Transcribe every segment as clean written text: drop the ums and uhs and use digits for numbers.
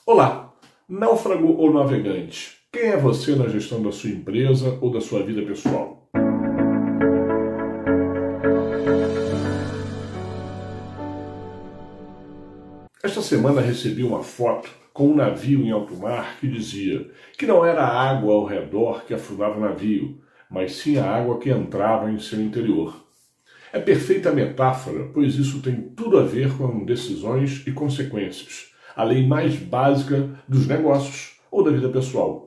Olá, náufrago ou navegante, quem é você na gestão da sua empresa ou da sua vida pessoal? Esta semana recebi uma foto com um navio em alto mar que dizia que não era a água ao redor que afundava o navio, mas sim a água que entrava em seu interior. É perfeita metáfora, pois isso tem tudo a ver com decisões e consequências, a lei mais básica dos negócios ou da vida pessoal.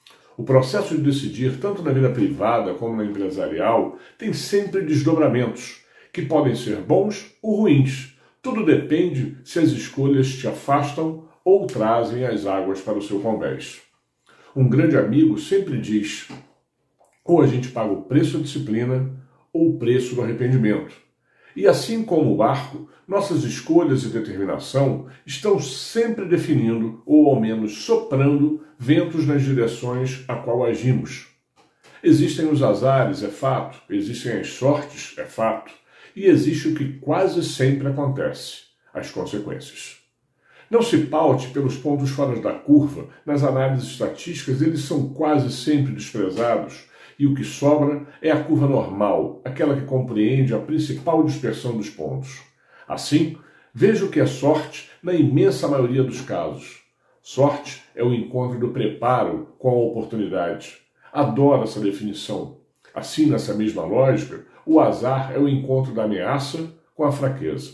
O processo de decidir, tanto na vida privada como na empresarial, tem sempre desdobramentos, que podem ser bons ou ruins. Tudo depende se as escolhas te afastam ou trazem as águas para o seu convés. Um grande amigo sempre diz: ou a gente paga o preço da disciplina ou o preço do arrependimento. E assim como o barco, nossas escolhas e determinação estão sempre definindo, ou ao menos soprando, ventos nas direções a qual agimos. Existem os azares, é fato, existem as sortes, é fato, e existe o que quase sempre acontece, as consequências. Não se paute pelos pontos fora da curva, nas análises estatísticas eles são quase sempre desprezados, e o que sobra é a curva normal, aquela que compreende a principal dispersão dos pontos. Assim, veja o que é sorte na imensa maioria dos casos. Sorte é o encontro do preparo com a oportunidade. Adoro essa definição. Assim, nessa mesma lógica, o azar é o encontro da ameaça com a fraqueza.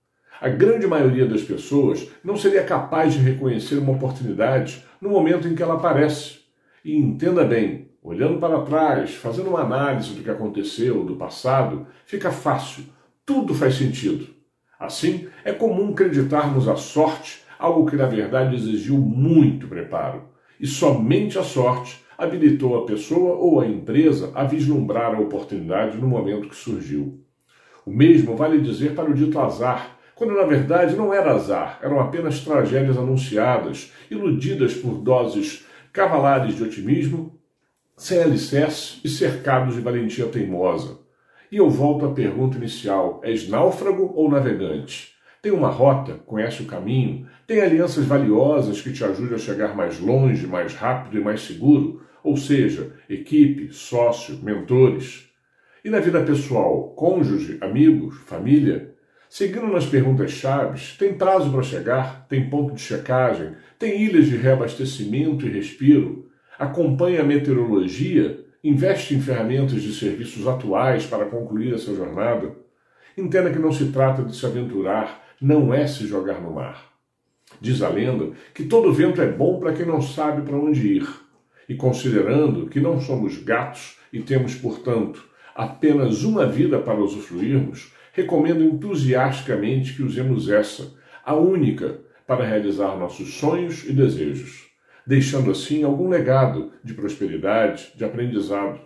A grande maioria das pessoas não seria capaz de reconhecer uma oportunidade no momento em que ela aparece. E entenda bem, olhando para trás, fazendo uma análise do que aconteceu, do passado, fica fácil, tudo faz sentido. Assim, é comum acreditarmos a sorte, algo que na verdade exigiu muito preparo. E somente a sorte habilitou a pessoa ou a empresa a vislumbrar a oportunidade no momento que surgiu. O mesmo vale dizer para o dito azar, quando na verdade não era azar, eram apenas tragédias anunciadas, iludidas por doses cavalares de otimismo, sem alicerce e cercados de valentia teimosa. E eu volto à pergunta inicial: és náufrago ou navegante? Tem uma rota? Conhece o caminho? Tem alianças valiosas que te ajudem a chegar mais longe, mais rápido e mais seguro? Ou seja, equipe, sócio, mentores? E na vida pessoal, cônjuge, amigos, família? Seguindo nas perguntas-chave, tem prazo para chegar? Tem ponto de checagem? Tem ilhas de reabastecimento e respiro? Acompanha a meteorologia? Investe em ferramentas de serviços atuais para concluir essa jornada? Entenda que não se trata de se aventurar, não é se jogar no mar. Diz a lenda que todo vento é bom para quem não sabe para onde ir. E considerando que não somos gatos e temos, portanto, apenas uma vida para usufruirmos, recomendo entusiasticamente que usemos essa, a única, para realizar nossos sonhos e desejos, deixando assim algum legado de prosperidade, de aprendizado.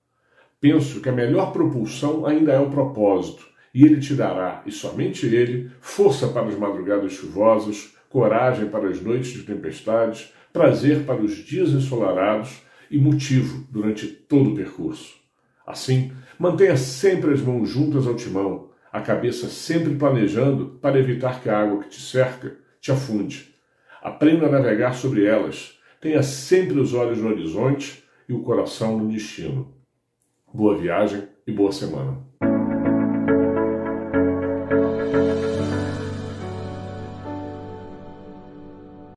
Penso que a melhor propulsão ainda é o propósito, e ele te dará, e somente ele, força para as madrugadas chuvosas, coragem para as noites de tempestades, prazer para os dias ensolarados e motivo durante todo o percurso. Assim, mantenha sempre as mãos juntas ao timão, a cabeça sempre planejando para evitar que a água que te cerca te afunde. Aprenda a navegar sobre elas. Tenha sempre os olhos no horizonte e o coração no destino. Boa viagem e boa semana.